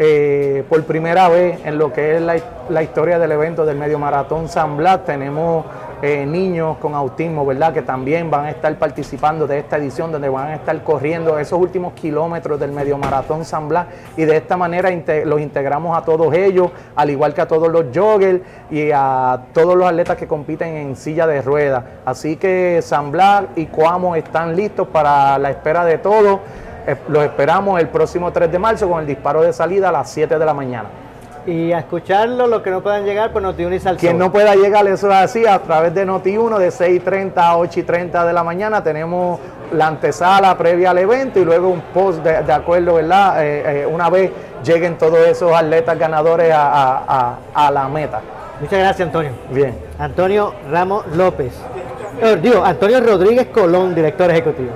eh, por primera vez en lo que es la, la historia del evento del Medio Maratón San Blas, tenemos eh, niños con autismo, ¿verdad?, que también van a estar participando de esta edición, donde van a estar corriendo esos últimos kilómetros del Medio Maratón San Blas, y de esta manera inte- los integramos a todos ellos, al igual que a todos los joggers y a todos los atletas que compiten en silla de ruedas. Así que San Blas y Coamo están listos para la espera de todos. Los esperamos el próximo tres de marzo con el disparo de salida a las siete de la mañana. Y a escucharlo, los que no puedan llegar, pues Noti uno y Sal Soul. Quien no pueda llegar, eso es así, a través de Noti uno de seis y treinta a ocho y treinta de la mañana tenemos la antesala previa al evento y luego un post de, de acuerdo, ¿verdad? Eh, eh, una vez lleguen todos esos atletas ganadores a, a, a, a la meta. Muchas gracias, Antonio. Bien. Antonio Ramos López. Eh, digo, Antonio Rodríguez Colón, director ejecutivo.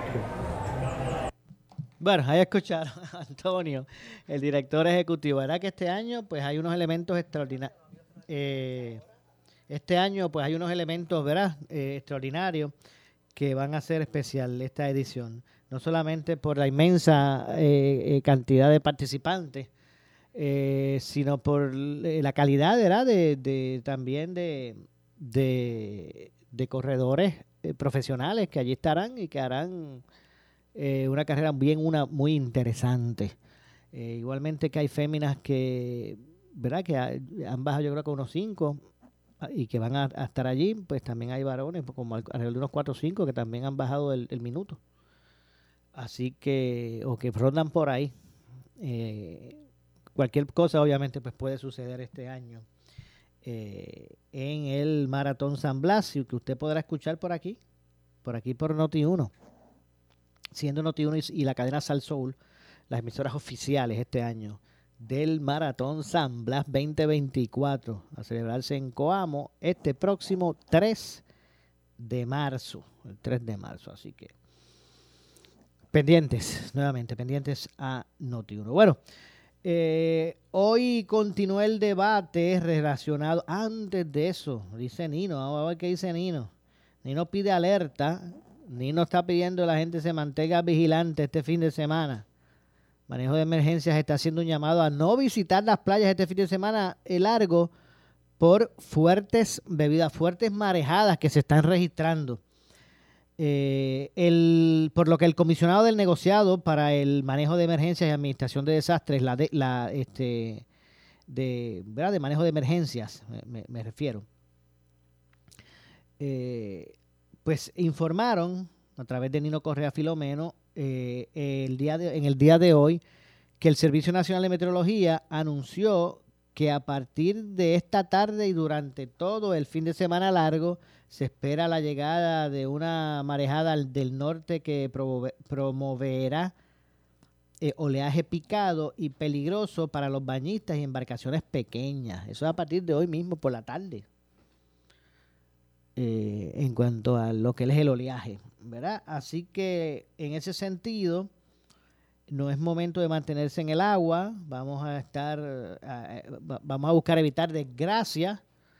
Bueno, ahí escucharon a Antonio, el director ejecutivo. ¿Verdad que este año pues hay unos elementos extraordinarios? Eh, este año pues hay unos elementos, ¿verdad?, eh, extraordinarios que van a ser especial esta edición. No solamente por la inmensa eh, eh, cantidad de participantes, eh, sino por la calidad, ¿verdad? De, de, también de, de, de corredores eh, profesionales que allí estarán y que harán eh, una carrera bien una muy interesante. Eh, igualmente que hay féminas que, ¿verdad? Que han bajado yo creo que unos cinco y que van a, a estar allí, pues también hay varones, como alrededor de unos cuatro o cinco que también han bajado el, el minuto. Así que, o que rondan por ahí. Eh, cualquier cosa obviamente pues puede suceder este año eh, en el Maratón San Blas, que usted podrá escuchar por aquí, por aquí por Noti uno, siendo Noti uno y, y la cadena Sal Soul las emisoras oficiales este año del Maratón San Blas veinte veinticuatro, a celebrarse en Coamo este próximo tres de marzo, el tres de marzo, así que pendientes, nuevamente, pendientes a Noti uno. Bueno, eh, hoy continuó el debate relacionado, antes de eso, dice Nino, vamos a ver qué dice Nino. Nino pide alerta, Nino está pidiendo que la gente se mantenga vigilante este fin de semana. Manejo de Emergencias está haciendo un llamado a no visitar las playas este fin de semana largo por fuertes bebidas, fuertes marejadas que se están registrando. Eh, el, por lo que el comisionado del negociado para el manejo de emergencias y administración de desastres, la de, la, este, de, ¿verdad? de manejo de emergencias, me, me refiero, eh, pues informaron a través de Nino Correa Filomeno eh, el día de, en el día de hoy que el Servicio Nacional de Meteorología anunció que a partir de esta tarde y durante todo el fin de semana largo se espera la llegada de una marejada del norte que promove, promoverá eh, oleaje picado y peligroso para los bañistas y embarcaciones pequeñas. Eso es a partir de hoy mismo por la tarde. Eh, en cuanto a lo que es el oleaje, ¿verdad? Así que en ese sentido no es momento de mantenerse en el agua. Vamos a estar, a, vamos a buscar evitar desgracias,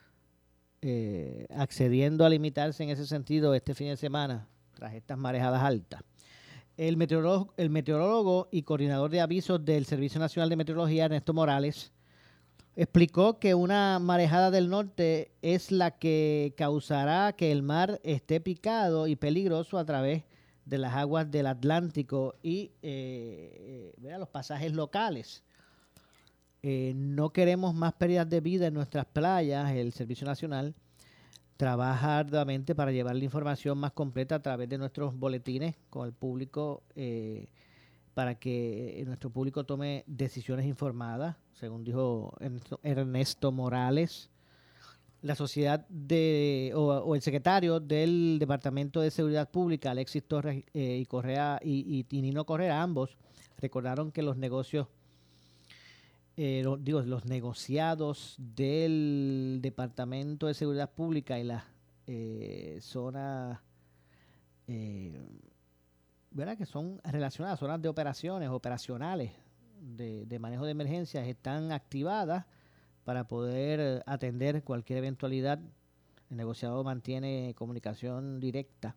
eh, accediendo a limitarse en ese sentido este fin de semana tras estas marejadas altas. El meteorólogo, el meteorólogo y coordinador de avisos del Servicio Nacional de Meteorología, Ernesto Morales, explicó que una marejada del norte es la que causará que el mar esté picado y peligroso a través de las aguas del Atlántico y eh, eh, los pasajes locales. Eh, no queremos más pérdidas de vida en nuestras playas. El Servicio Nacional trabaja arduamente para llevar la información más completa a través de nuestros boletines con el público, eh, para que nuestro público tome decisiones informadas, según dijo Ernesto Morales. La sociedad de o, o el secretario del Departamento de Seguridad Pública, Alexis Torres eh, y Correa y, y, y Nino Correa, ambos recordaron que los negocios, eh, lo, digo, los negociados del Departamento de Seguridad Pública y las eh, zonas eh, ¿verdad? que son relacionadas, zonas de operaciones, operacionales de, de manejo de emergencias, están activadas para poder atender cualquier eventualidad. El negociado mantiene comunicación directa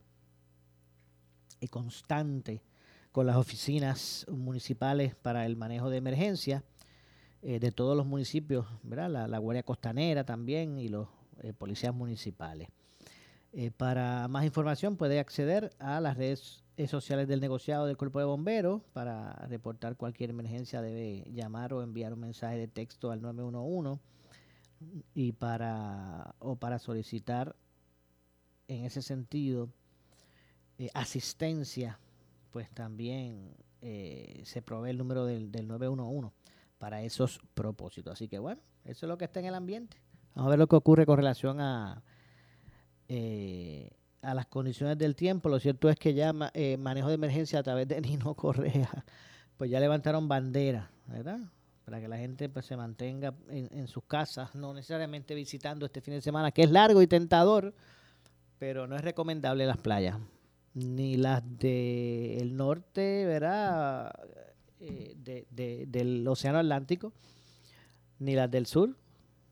y constante con las oficinas municipales para el manejo de emergencias eh, de todos los municipios, ¿verdad? La, la Guardia Costanera también y los eh, policías municipales. Eh, para más información puede acceder a las redes sociales del negociado del Cuerpo de Bomberos. Para reportar cualquier emergencia debe llamar o enviar un mensaje de texto al nueve uno uno y para o para solicitar en ese sentido eh, asistencia, pues también eh, se provee el número del, del nueve uno uno para esos propósitos. Así que bueno, eso es lo que está en el ambiente. Vamos a ver lo que ocurre con relación a eh, a las condiciones del tiempo. Lo cierto es que ya eh, manejo de emergencia a través de Nino Correa, pues ya levantaron bandera, ¿verdad? Para que la gente pues se mantenga en, en sus casas, no necesariamente visitando este fin de semana, que es largo y tentador, pero no es recomendable las playas, ni las del norte, ¿verdad? Eh, de, de, del Océano Atlántico, ni las del sur,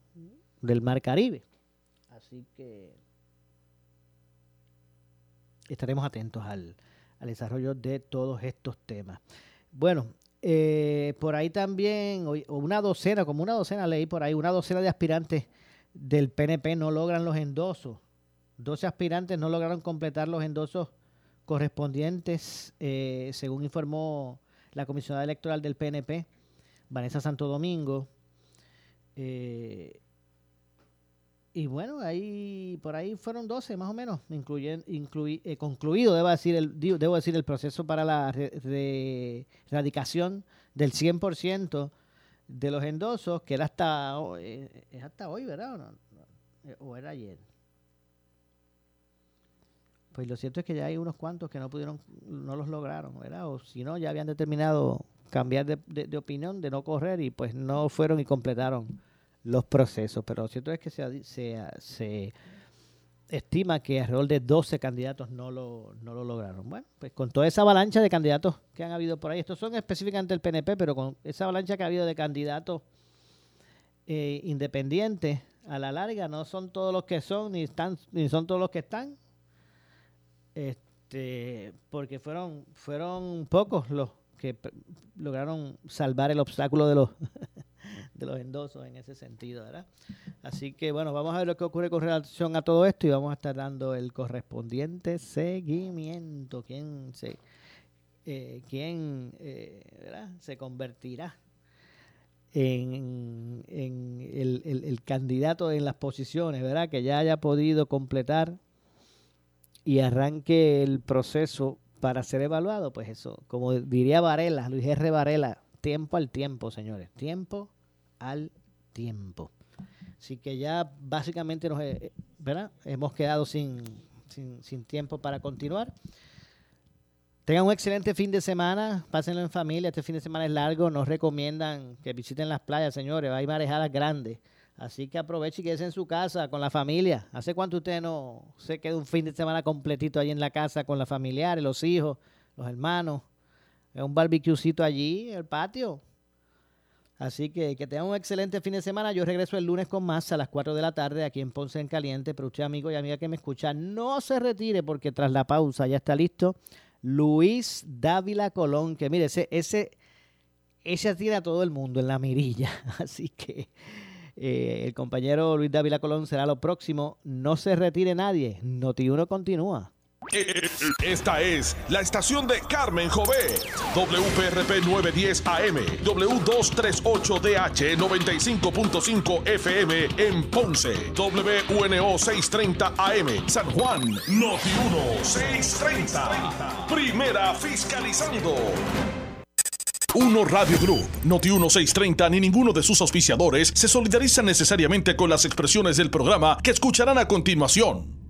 del Mar Caribe. Así que estaremos atentos al, al desarrollo de todos estos temas. Bueno, eh, por ahí también, una docena, como una docena leí por ahí, una docena de aspirantes del P N P no logran los endosos. doce aspirantes no lograron completar los endosos correspondientes, eh, según informó la comisionada electoral del P N P, Vanessa Santo Domingo. Eh, y bueno, ahí por ahí fueron doce más o menos, incluyen, incluí, eh, concluido, debo decir, el, debo decir, el proceso para la re, re, erradicación del cien por ciento de los endosos, que era hasta, eh, es hasta hoy, ¿verdad? ¿O, no? ¿O era ayer? Pues lo cierto es que ya hay unos cuantos que no pudieron, no los lograron, ¿verdad? O si no, ya habían determinado cambiar de, de, de opinión, de no correr, y pues no fueron y completaron los procesos. Pero lo cierto es que se, se, se estima que alrededor de doce candidatos no lo, no lo lograron. Bueno, pues con toda esa avalancha de candidatos que han habido por ahí, estos son específicamente el P N P, pero con esa avalancha que ha habido de candidatos eh, independientes, a la larga no son todos los que son, ni, están, ni son todos los que están. Este, porque fueron fueron pocos los que p- lograron salvar el obstáculo de los de los endosos en ese sentido, ¿verdad? Así que bueno, vamos a ver lo que ocurre con relación a todo esto y vamos a estar dando el correspondiente seguimiento. ¿Quién se eh, quién eh, ¿verdad? se convertirá en, en el, el, el candidato en las posiciones, ¿verdad? Que ya haya podido completar y arranque el proceso para ser evaluado? Pues eso, como diría Varela, Luis R. Varela, tiempo al tiempo, señores, tiempo al tiempo. Así que ya básicamente nos, ¿verdad? hemos quedado sin, sin, sin tiempo para continuar. Tengan un excelente fin de semana, pásenlo en familia, este fin de semana es largo, nos recomiendan que visiten las playas, señores, hay marejadas grandes. Así que aproveche y quédese en su casa con la familia. ¿Hace cuánto usted no se queda un fin de semana completito allí en la casa con la familiares, los hijos, los hermanos? Un barbecuecito allí en el patio. Así que que tengan un excelente fin de semana. Yo regreso el lunes con más a las cuatro de la tarde aquí en Ponce en Caliente. Pero usted, amigo y amiga que me escucha, no se retire porque tras la pausa ya está listo Luis Dávila Colón, que mire, ese, ese, ese tira a todo el mundo en la mirilla. Así que Eh, el compañero Luis Dávila Colón será lo próximo. No se retire nadie. Noti uno continúa. Esta es la estación de Carmen Jové. W P R P novecientos diez A M, W doscientos treinta y ocho D H noventa y cinco punto cinco F M en Ponce, W U N O seiscientos treinta A M, San Juan. Noti uno seiscientos treinta. Primera fiscalizando. Uno Radio Group, Noti uno seiscientos treinta ni ninguno de sus auspiciadores se solidarizan necesariamente con las expresiones del programa que escucharán a continuación.